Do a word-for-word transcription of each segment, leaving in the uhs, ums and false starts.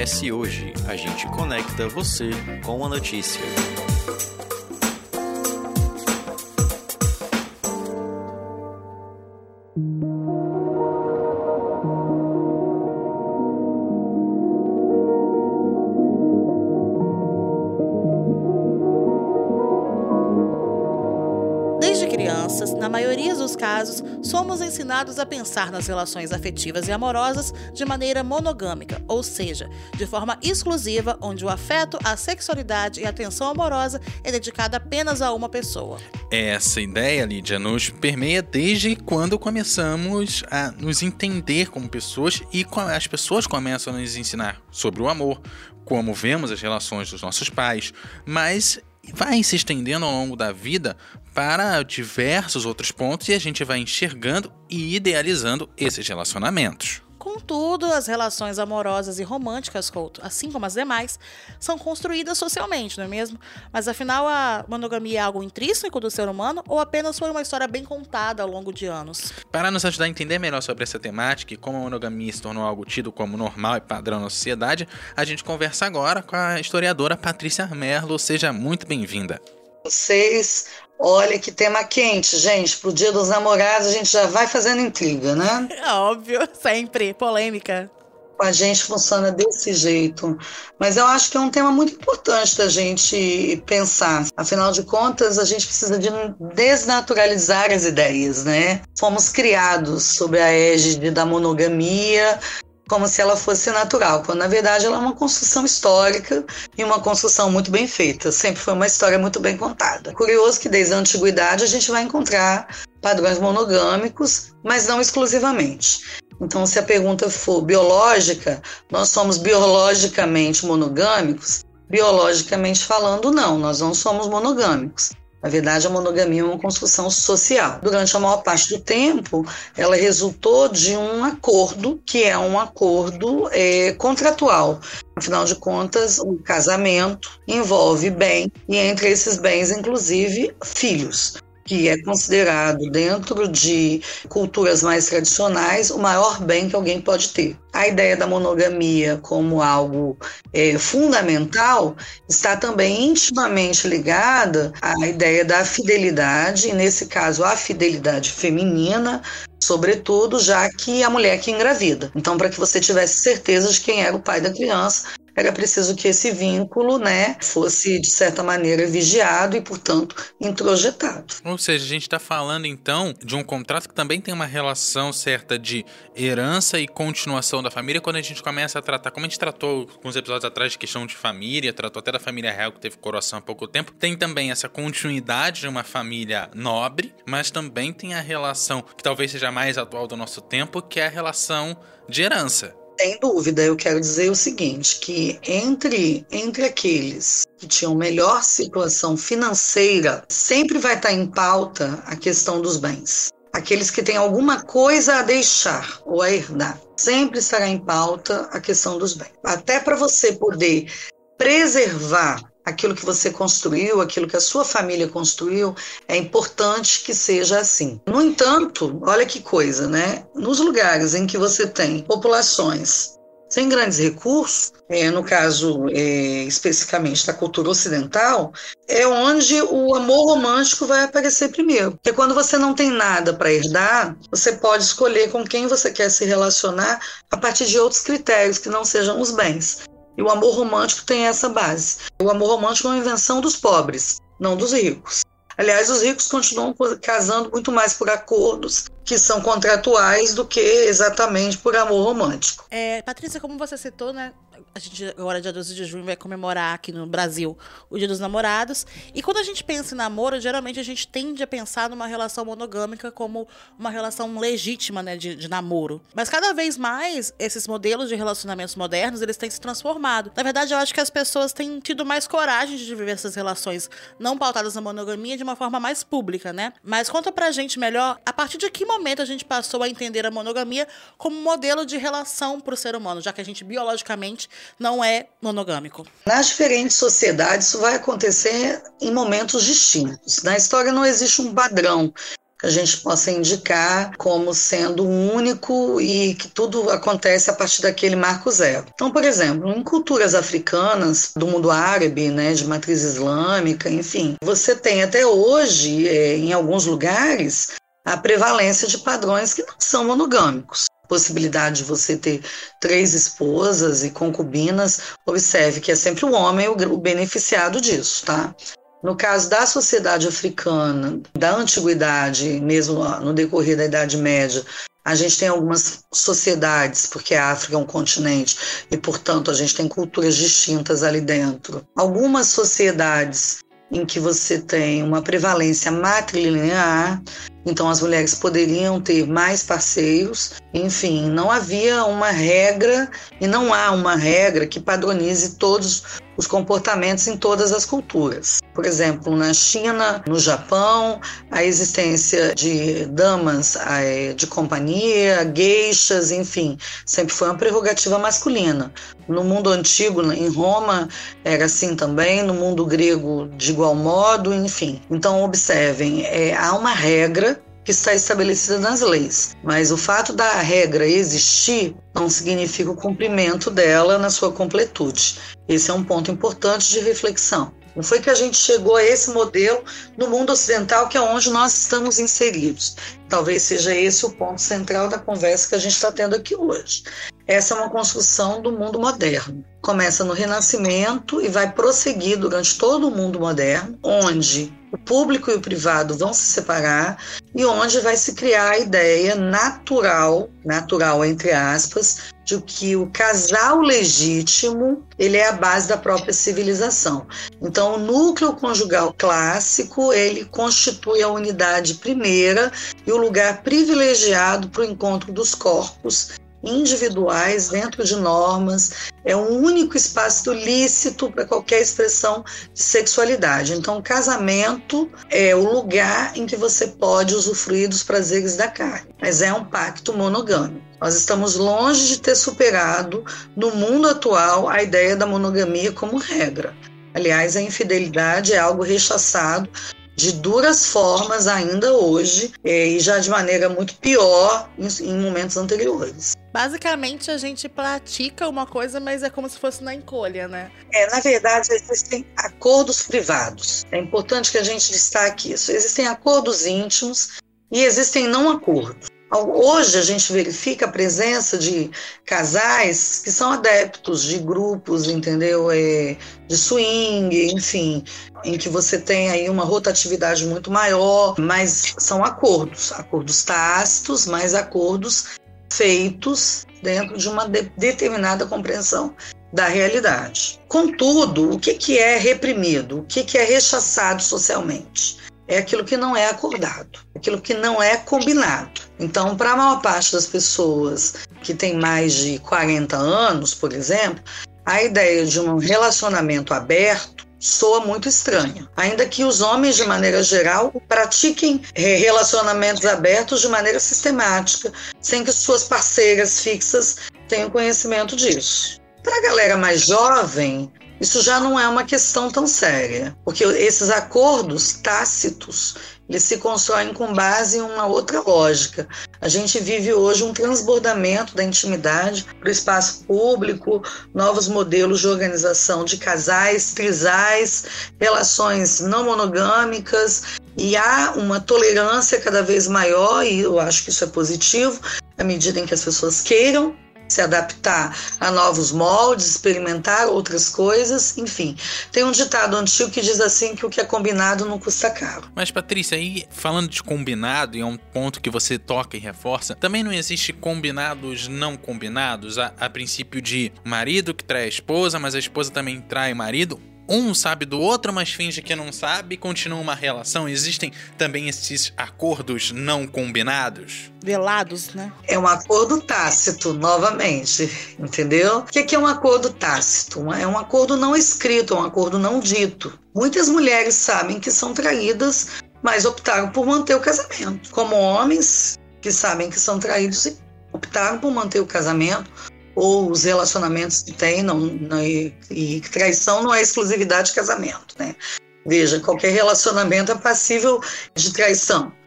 Acontece Hoje. A gente conecta você com a notícia. Desde crianças, na maioria dos casos, somos ensinados a pensar nas relações afetivas e amorosas de maneira monogâmica, ou seja, de forma exclusiva, onde o afeto, a sexualidade e a atenção amorosa é dedicada apenas a uma pessoa. Essa ideia, Lídia, nos permeia desde quando começamos a nos entender como pessoas e as pessoas começam a nos ensinar sobre o amor, como vemos as relações dos nossos pais, mas vai se estendendo ao longo da vida para diversos outros pontos e a gente vai enxergando e idealizando esses relacionamentos. Contudo, as relações amorosas e românticas, Couto, assim como as demais, são construídas socialmente, não é mesmo? Mas afinal, a monogamia é algo intrínseco do ser humano ou apenas foi uma história bem contada ao longo de anos? Para nos ajudar a entender melhor sobre essa temática e como a monogamia se tornou algo tido como normal e padrão na sociedade, a gente conversa agora com a historiadora Patrícia Merlo. Seja muito bem-vinda. Vocês, olha que tema quente, gente. Pro Dia dos Namorados a gente já vai fazendo intriga, né? É óbvio, sempre. Polêmica. Com a gente funciona desse jeito. Mas eu acho que é um tema muito importante da gente pensar. Afinal de contas, a gente precisa de desnaturalizar as ideias, né? Fomos criados sob a égide da monogamia, como se ela fosse natural, quando na verdade ela é uma construção histórica e uma construção muito bem feita. Sempre foi uma história muito bem contada. Curioso que desde a antiguidade a gente vai encontrar padrões monogâmicos, mas não exclusivamente. Então, se a pergunta for biológica, nós somos biologicamente monogâmicos? Biologicamente falando, não, nós não somos monogâmicos. Na verdade, a monogamia é uma construção social. Durante a maior parte do tempo, ela resultou de um acordo, que é um acordo é, contratual. Afinal de contas, o casamento envolve bem, e entre esses bens, inclusive, filhos, que é considerado, dentro de culturas mais tradicionais, o maior bem que alguém pode ter. A ideia da monogamia como algo é, fundamental está também intimamente ligada à ideia da fidelidade, e nesse caso a fidelidade feminina, sobretudo, já que a mulher que engravida. Então, para que você tivesse certeza de quem era o pai da criança, era preciso que esse vínculo, né, fosse, de certa maneira, vigiado e, portanto, introjetado. Ou seja, a gente está falando, então, de um contrato que também tem uma relação certa de herança e continuação da família, quando a gente começa a tratar, como a gente tratou alguns episódios atrás de questão de família, tratou até da família real que teve coroação há pouco tempo, tem também essa continuidade de uma família nobre, mas também tem a relação, que talvez seja mais atual do nosso tempo, que é a relação de herança. Sem dúvida, eu quero dizer o seguinte, que entre, entre aqueles que tinham melhor situação financeira, sempre vai estar em pauta a questão dos bens. Aqueles que têm alguma coisa a deixar ou a herdar, sempre estará em pauta a questão dos bens. Até para você poder preservar aquilo que você construiu, aquilo que a sua família construiu, é importante que seja assim. No entanto, olha que coisa, né? Nos lugares em que você tem populações sem grandes recursos, é, no caso é, especificamente da cultura ocidental, é onde o amor romântico vai aparecer primeiro. Porque quando você não tem nada para herdar, você pode escolher com quem você quer se relacionar a partir de outros critérios que não sejam os bens. E o amor romântico tem essa base. O amor romântico é uma invenção dos pobres, não dos ricos. Aliás, os ricos continuam casando muito mais por acordos que são contratuais do que exatamente por amor romântico. É, Patrícia, como você citou, né? A gente agora, dia doze de junho, vai comemorar aqui no Brasil o Dia dos Namorados. E quando a gente pensa em namoro, geralmente a gente tende a pensar numa relação monogâmica como uma relação legítima, né, de, de namoro. Mas cada vez mais, esses modelos de relacionamentos modernos, eles têm se transformado. Na verdade, eu acho que as pessoas têm tido mais coragem de viver essas relações não pautadas na monogamia de uma forma mais pública, né? Mas conta pra gente melhor, a partir de que momento a gente passou a entender a monogamia como modelo de relação pro ser humano, já que a gente biologicamente não é monogâmico. Nas diferentes sociedades, isso vai acontecer em momentos distintos. Na história não existe um padrão. que a gente possa indicar como sendo único e que tudo acontece a partir daquele marco zero. Então, por exemplo, em culturas africanas, do mundo árabe, né, de matriz islâmica, enfim, você tem até hoje, é, em alguns lugares, a prevalência de padrões que não são monogâmicos. Possibilidade de você ter três esposas e concubinas, observe que é sempre o homem o beneficiado disso, tá? No caso da sociedade africana, da antiguidade, mesmo no decorrer da Idade Média, a gente tem algumas sociedades, porque a África é um continente e, portanto, a gente tem culturas distintas ali dentro. Algumas sociedades em que você tem uma prevalência matrilinear, então as mulheres poderiam ter mais parceiros, enfim, não havia uma regra e não há uma regra que padronize todos os comportamentos em todas as culturas. Por exemplo, na China, no Japão, a existência de damas de companhia, geishas, enfim, sempre foi uma prerrogativa masculina. No mundo antigo, em Roma, era assim também, no mundo grego de igual modo, enfim. Então, observem, é, há uma regra que está estabelecida nas leis, mas o fato da regra existir não significa o cumprimento dela na sua completude. Esse é um ponto importante de reflexão. Não foi que a gente chegou a esse modelo no mundo ocidental, que é onde nós estamos inseridos. Talvez seja esse o ponto central da conversa que a gente está tendo aqui hoje. Essa é uma construção do mundo moderno. Começa no Renascimento e vai prosseguir durante todo o mundo moderno, onde o público e o privado vão se separar e onde vai se criar a ideia natural, natural entre aspas, de que o casal legítimo ele é a base da própria civilização. Então, o núcleo conjugal clássico ele constitui a unidade primeira e o lugar privilegiado para o encontro dos corpos individuais dentro de normas, é um único espaço lícito para qualquer expressão de sexualidade. Então, o casamento é o lugar em que você pode usufruir dos prazeres da carne, mas é um pacto monogâmico. Nós estamos longe de ter superado, no mundo atual, a ideia da monogamia como regra. Aliás, a infidelidade é algo rechaçado de duras formas ainda hoje, e já de maneira muito pior em momentos anteriores. Basicamente, a gente pratica uma coisa, mas é como se fosse na encolha, né? É, na verdade, existem acordos privados. É importante que a gente destaque isso. Existem acordos íntimos e existem não acordos. Hoje a gente verifica a presença de casais que são adeptos de grupos, entendeu? É, de swing, enfim, em que você tem aí uma rotatividade muito maior, mas são acordos, acordos tácitos, mas acordos feitos dentro de uma de- determinada compreensão da realidade. Contudo, o que, que é reprimido? O que, que é rechaçado socialmente? É aquilo que não é acordado, aquilo que não é combinado. Então, para a maior parte das pessoas que têm mais de quarenta anos, por exemplo, a ideia de um relacionamento aberto soa muito estranha. Ainda que os homens, de maneira geral, pratiquem relacionamentos abertos de maneira sistemática, sem que suas parceiras fixas tenham conhecimento disso. Para a galera mais jovem, isso já não é uma questão tão séria, porque esses acordos tácitos, eles se constroem com base em uma outra lógica. A gente vive hoje um transbordamento da intimidade para o espaço público, novos modelos de organização de casais, trisais, relações não monogâmicas, e há uma tolerância cada vez maior, e eu acho que isso é positivo, à medida em que as pessoas queiram se adaptar a novos moldes, experimentar outras coisas, enfim. Tem um ditado antigo que diz assim que o que é combinado não custa caro. Mas, Patrícia, aí falando de combinado, e é um ponto que você toca e reforça, também não existe combinados não combinados, a, a princípio de marido que trai a esposa, mas a esposa também trai o marido? Um sabe do outro, mas finge que não sabe e continua uma relação. Existem também esses acordos não combinados? Velados, né? É um acordo tácito, novamente, entendeu? O que é um acordo tácito? É um acordo não escrito, é um acordo não dito. Muitas mulheres sabem que são traídas, mas optaram por manter o casamento. Como homens que sabem que são traídos e optaram por manter o casamento, ou os relacionamentos que tem, não, não, e, e traição não é exclusividade de casamento, né? Veja, qualquer relacionamento é passível de traição.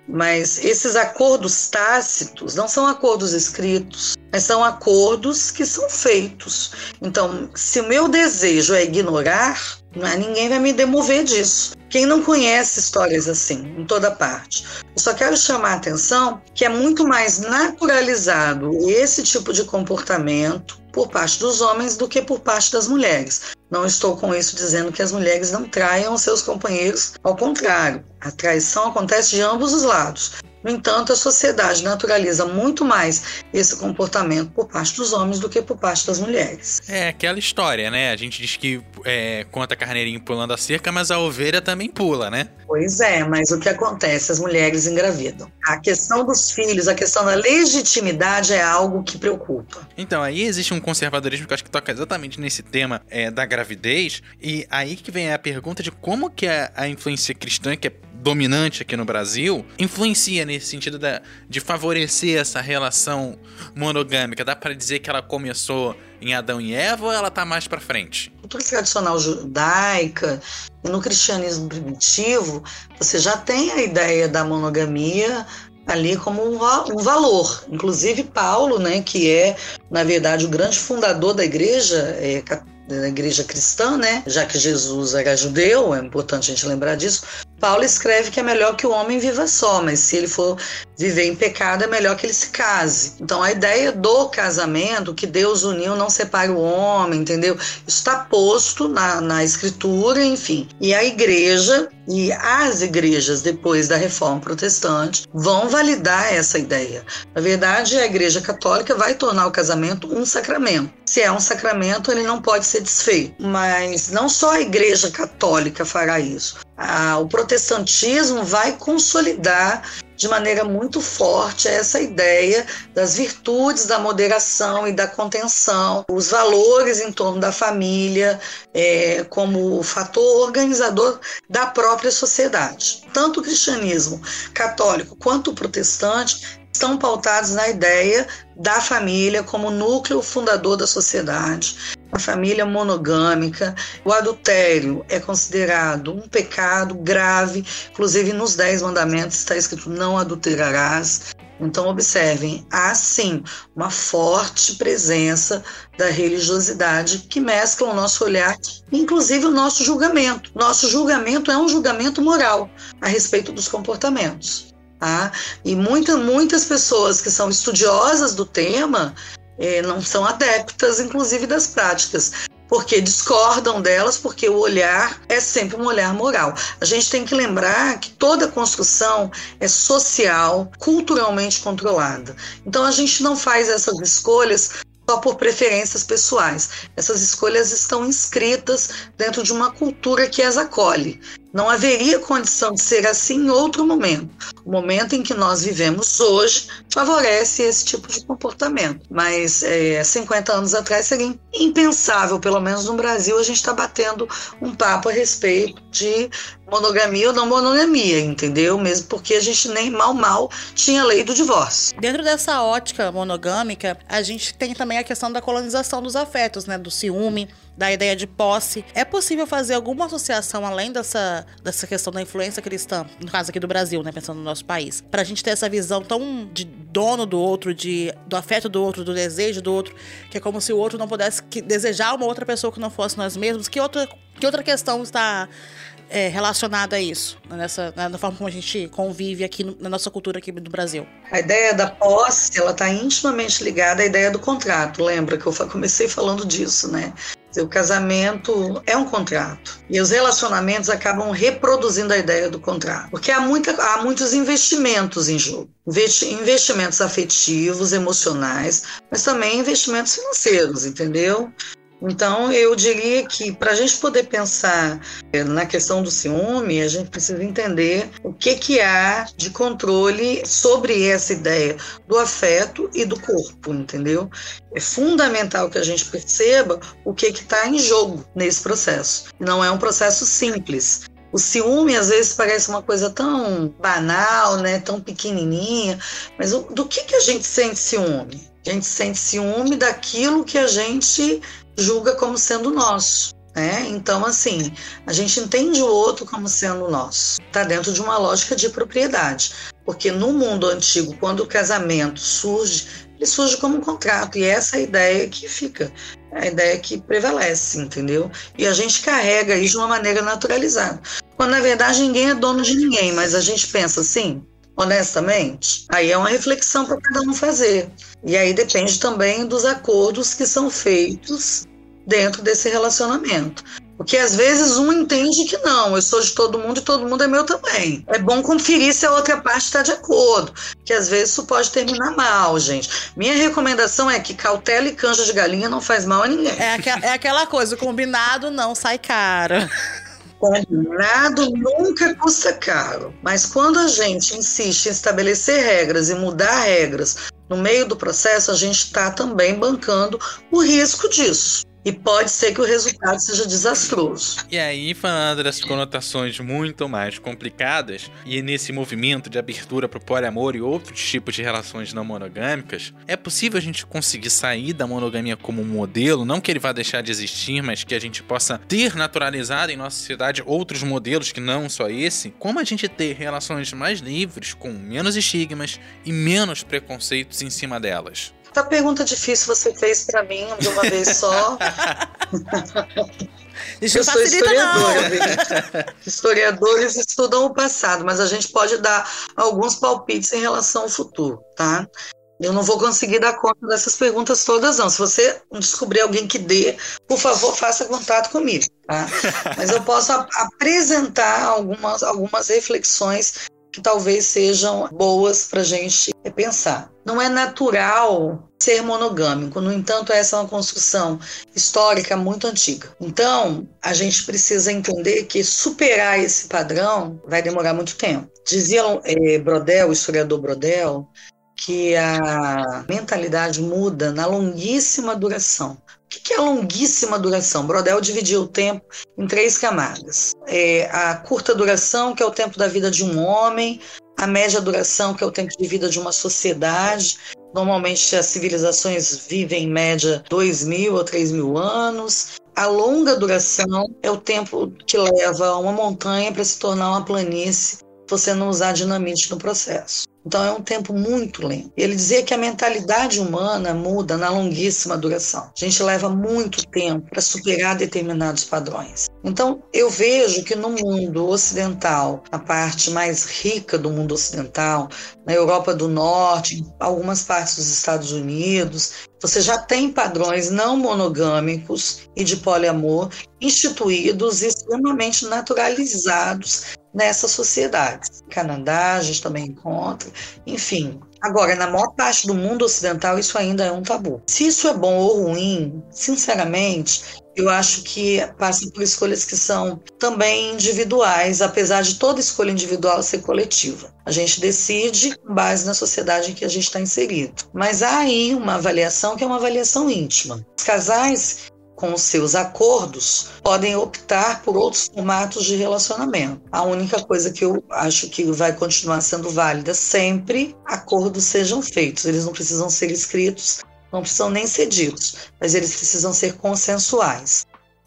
Mas esses acordos tácitos não são acordos escritos, mas são acordos que são feitos. Então, se o meu desejo é ignorar, não é, ninguém vai me demover disso. Quem não conhece histórias assim, em toda parte? Eu só quero chamar a atenção que é muito mais naturalizado esse tipo de comportamento por parte dos homens do que por parte das mulheres. Não estou com isso dizendo que as mulheres não traiam seus companheiros, ao contrário, a traição acontece de ambos os lados. No entanto, a sociedade naturaliza muito mais esse comportamento por parte dos homens do que por parte das mulheres. É aquela história, né? A gente diz que é, conta carneirinho pulando a cerca, mas a ovelha também pula, né? Pois é, mas o que acontece? As mulheres engravidam. A questão dos filhos, a questão da legitimidade é algo que preocupa. Então, aí existe um conservadorismo que eu acho que toca exatamente nesse tema é, da gravidez, e aí que vem a pergunta de como que a, a influência cristã, que é dominante aqui no Brasil, influencia nesse sentido da, de favorecer essa relação monogâmica. Dá para dizer que ela começou em Adão e Eva ou ela tá mais para frente? Na cultura tradicional judaica e no cristianismo primitivo, você já tem a ideia da monogamia ali como um, um valor. Inclusive Paulo, né, que é, na verdade, o grande fundador da igreja é, da igreja cristã, né, já que Jesus era judeu, é importante a gente lembrar disso. Paulo escreve que é melhor que o homem viva só, mas se ele for viver em pecado, é melhor que ele se case. Então, a ideia do casamento, que Deus uniu, não separa o homem, entendeu? Isso está posto na, na escritura, enfim. E a igreja e as igrejas, depois da Reforma Protestante, vão validar essa ideia. Na verdade, a igreja católica vai tornar o casamento um sacramento. Se é um sacramento, ele não pode ser desfeito. Mas não só a igreja católica fará isso. Ah, o protestantismo vai consolidar de maneira muito forte essa ideia das virtudes da moderação e da contenção, os valores em torno da família é, como fator organizador da própria sociedade. Tanto o cristianismo católico quanto o protestante estão pautados na ideia da família como núcleo fundador da sociedade, a família monogâmica. O adultério é considerado um pecado grave, inclusive nos Dez Mandamentos está escrito não adulterarás. Então observem, há sim uma forte presença da religiosidade que mescla o nosso olhar, inclusive o nosso julgamento. Nosso julgamento é um julgamento moral a respeito dos comportamentos. Tá? E muita, muitas pessoas que são estudiosas do tema eh, não são adeptas, inclusive, das práticas, porque discordam delas, porque o olhar é sempre um olhar moral. A gente tem que lembrar que toda construção é social, culturalmente controlada. Então a gente não faz essas escolhas só por preferências pessoais. Essas escolhas estão inscritas dentro de uma cultura que as acolhe. Não haveria condição de ser assim em outro momento. O momento em que nós vivemos hoje favorece esse tipo de comportamento. Mas é, cinquenta anos atrás seria impensável, pelo menos no Brasil, a gente está batendo um papo a respeito de monogamia ou não monogamia, entendeu? Mesmo porque a gente nem mal mal tinha lei do divórcio. Dentro dessa ótica monogâmica, a gente tem também a questão da colonização dos afetos, né? Do ciúme, da ideia de posse. É possível fazer alguma associação além dessa, dessa questão da influência cristã, no caso aqui do Brasil, né, pensando no nosso país, pra gente ter essa visão tão de dono do outro, de, do afeto do outro, do desejo do outro, que é como se o outro não pudesse que, desejar uma outra pessoa que não fosse nós mesmos? Que outra, que outra questão está é, relacionada a isso, nessa, na forma como a gente convive aqui no, na nossa cultura aqui do Brasil? A ideia da posse, ela está intimamente ligada à ideia do contrato. Lembra que eu comecei falando disso, né? O casamento é um contrato e os relacionamentos acabam reproduzindo a ideia do contrato, porque há, muita, há muitos investimentos em jogo, investimentos afetivos, emocionais, mas também investimentos financeiros, entendeu? Então, eu diria que para a gente poder pensar na questão do ciúme, a gente precisa entender o que, que há de controle sobre essa ideia do afeto e do corpo, entendeu? É fundamental que a gente perceba o que está em jogo nesse processo. Não é um processo simples. O ciúme, às vezes, parece uma coisa tão banal, né? Tão pequenininha, mas do que, que a gente sente ciúme? A gente sente ciúme daquilo que a gente julga como sendo nosso, né? Então, assim, a gente entende o outro como sendo nosso. Está dentro de uma lógica de propriedade. Porque no mundo antigo, quando o casamento surge, ele surge como um contrato, e essa é a ideia que fica, é a ideia que prevalece, entendeu? E a gente carrega isso de uma maneira naturalizada. Quando, na verdade, ninguém é dono de ninguém, mas a gente pensa assim, honestamente, aí é uma reflexão para cada um fazer. E aí depende também dos acordos que são feitos dentro desse relacionamento. Porque às vezes um entende que não, eu sou de todo mundo e todo mundo é meu também. É bom conferir se a outra parte está de acordo, que às vezes isso pode terminar mal, gente. Minha recomendação é que cautela e canja de galinha não faz mal a ninguém. É, aqua, é aquela coisa, o combinado não sai caro. Combinado nunca custa caro, mas quando a gente insiste em estabelecer regras e mudar regras no meio do processo, a gente está também bancando o risco disso. E pode ser que o resultado seja desastroso. E aí, falando dessas conotações muito mais complicadas, e nesse movimento de abertura para o poliamor e outros tipos de relações não monogâmicas, é possível a gente conseguir sair da monogamia como um modelo, não que ele vá deixar de existir, mas que a gente possa ter naturalizado em nossa sociedade outros modelos que não só esse? Como a gente ter relações mais livres, com menos estigmas e menos preconceitos em cima delas? Essa pergunta difícil você fez para mim de uma vez só. Deixa eu eu sou facilita, historiadora, gente. Historiadores estudam o passado, mas a gente pode dar alguns palpites em relação ao futuro, tá? Eu não vou conseguir dar conta dessas perguntas todas, não. Se você descobrir alguém que dê, por favor, faça contato comigo, tá? Mas eu posso ap- apresentar algumas, algumas reflexões que talvez sejam boas para a gente pensar. Não é natural ser monogâmico, no entanto, essa é uma construção histórica muito antiga. Então, a gente precisa entender que superar esse padrão vai demorar muito tempo. Dizia eh, Brodel, o historiador Brodel, que a mentalidade muda na longuíssima duração. O que é a longuíssima duração? Brodel dividiu o tempo em três camadas. É a curta duração, que é o tempo da vida de um homem, a média duração, que é o tempo de vida de uma sociedade. Normalmente as civilizações vivem em média dois mil ou três mil anos. A longa duração é o tempo que leva uma montanha para se tornar uma planície, se você não usar dinamite no processo. Então é um tempo muito lento. Ele dizia que a mentalidade humana muda na longuíssima duração. A gente leva muito tempo para superar determinados padrões. Então eu vejo que no mundo ocidental, a parte mais rica do mundo ocidental, na Europa do Norte, em algumas partes dos Estados Unidos, você já tem padrões não monogâmicos e de poliamor instituídos e extremamente naturalizados nessa sociedade. No Canadá, a gente também encontra, enfim. Agora, na maior parte do mundo ocidental, isso ainda é um tabu. Se isso é bom ou ruim, sinceramente, eu acho que passa por escolhas que são também individuais, apesar de toda escolha individual ser coletiva. A gente decide com base na sociedade em que a gente está inserido. Mas há aí uma avaliação que é uma avaliação íntima. Os casais, com os seus acordos, podem optar por outros formatos de relacionamento. A única coisa que eu acho que vai continuar sendo válida sempre, acordos sejam feitos. Eles não precisam ser escritos, não precisam nem ser ditos, mas eles precisam ser consensuais.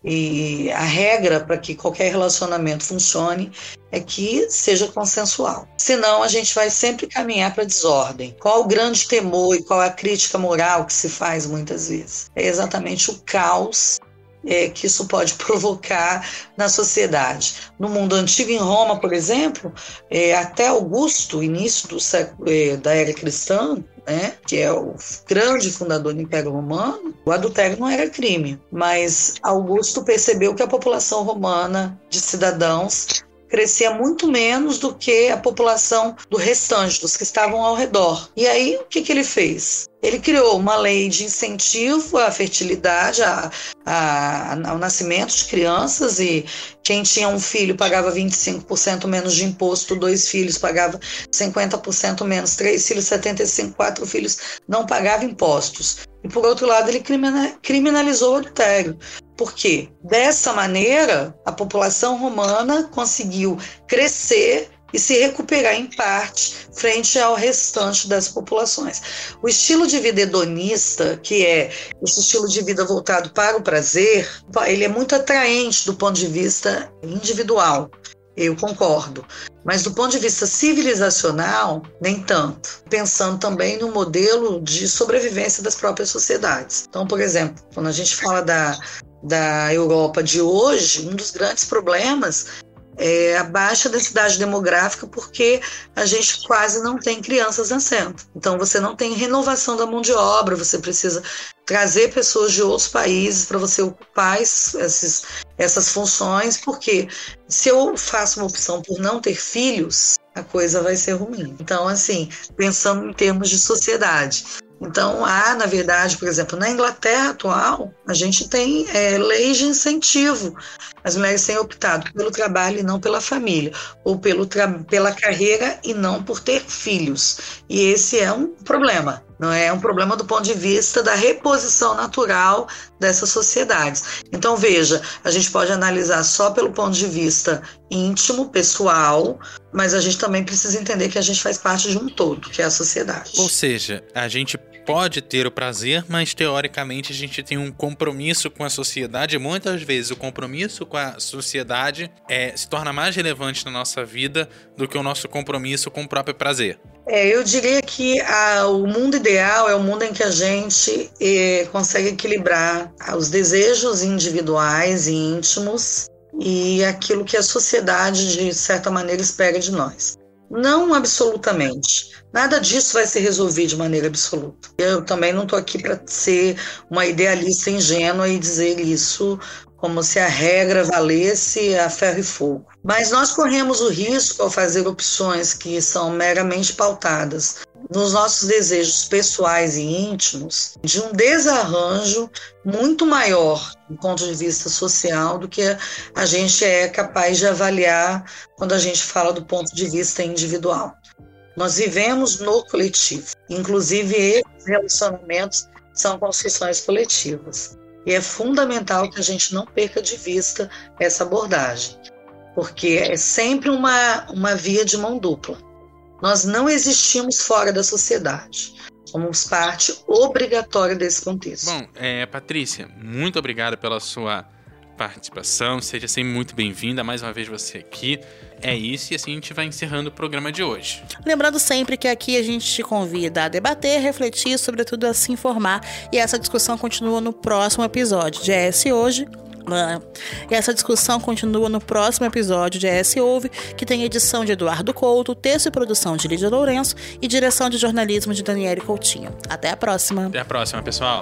E a regra para que qualquer relacionamento funcione é que seja consensual. Senão a gente vai sempre caminhar para a desordem. Qual o grande temor e qual a crítica moral que se faz muitas vezes? É exatamente o caos é, que isso pode provocar na sociedade. No mundo antigo, em Roma, por exemplo, é, até Augusto, início do século, é, da era cristã, né, que é o grande fundador do Império Romano, o adultério não era crime, mas Augusto percebeu que a população romana de cidadãos crescia muito menos do que a população do restante, dos que estavam ao redor. E aí, o que, que ele fez? Ele criou uma lei de incentivo à fertilidade, a, a, ao nascimento de crianças, e quem tinha um filho pagava vinte e cinco por cento menos de imposto, dois filhos pagava cinquenta por cento menos, três filhos, setenta e cinco por cento, quatro filhos não pagavam impostos. E, por outro lado, ele criminalizou o adultério. Por quê? Dessa maneira, a população romana conseguiu crescer e se recuperar em parte frente ao restante das populações. O estilo de vida hedonista, que é esse estilo de vida voltado para o prazer, ele é muito atraente do ponto de vista individual. Eu concordo. Mas do ponto de vista civilizacional, nem tanto. Pensando também no modelo de sobrevivência das próprias sociedades. Então, por exemplo, quando a gente fala da, da Europa de hoje, um dos grandes problemas é a baixa densidade demográfica, porque a gente quase não tem crianças nascendo. Então você não tem renovação da mão de obra, você precisa trazer pessoas de outros países para você ocupar esses, essas funções, porque se eu faço uma opção por não ter filhos, a coisa vai ser ruim. Então, assim, pensando em termos de sociedade. Então, há, na verdade, por exemplo, na Inglaterra atual, a gente tem é, leis de incentivo. As mulheres têm optado pelo trabalho e não pela família, ou pelo tra- pela carreira e não por ter filhos. E esse é um problema, não é? É um problema do ponto de vista da reposição natural dessas sociedades. Então, veja, a gente pode analisar só pelo ponto de vista íntimo, pessoal, mas a gente também precisa entender que a gente faz parte de um todo, que é a sociedade. Ou seja, a gente pode ter o prazer, mas teoricamente a gente tem um compromisso com a sociedade. E muitas vezes o compromisso com a sociedade é, se torna mais relevante na nossa vida do que o nosso compromisso com o próprio prazer. É, eu diria que a, o mundo ideal é o mundo em que a gente é, consegue equilibrar os desejos individuais e íntimos e aquilo que a sociedade, de certa maneira, espera de nós. Não absolutamente. Nada disso vai se resolver de maneira absoluta. Eu também não estou aqui para ser uma idealista ingênua e dizer isso como se a regra valesse a ferro e fogo. Mas nós corremos o risco, ao fazer opções que são meramente pautadas nos nossos desejos pessoais e íntimos, de um desarranjo muito maior do ponto de vista social do que a gente é capaz de avaliar quando a gente fala do ponto de vista individual. Nós vivemos no coletivo, inclusive esses relacionamentos são construções coletivas. E é fundamental que a gente não perca de vista essa abordagem, porque é sempre uma, uma via de mão dupla. Nós não existimos fora da sociedade, somos parte obrigatória desse contexto. Bom, é, Patrícia, muito obrigado pela sua participação, seja sempre muito bem-vinda, mais uma vez você aqui. É isso, e assim a gente vai encerrando o programa de hoje. Lembrando sempre que aqui a gente te convida a debater, refletir, sobretudo a se informar, e essa discussão continua no próximo episódio de E S Hoje. E essa discussão continua no próximo episódio de E S Ouve, que tem edição de Eduardo Couto, texto e produção de Lídia Lourenço e direção de jornalismo de Daniele Coutinho. Até a próxima. Até a próxima, pessoal.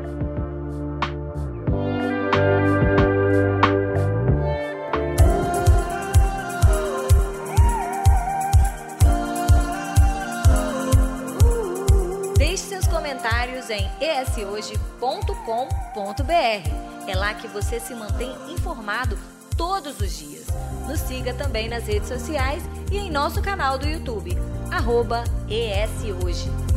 Deixe seus comentários em e s hoje ponto com ponto b r. É lá que você se mantém informado todos os dias. Nos siga também nas redes sociais e em nosso canal do YouTube, arroba E S Hoje.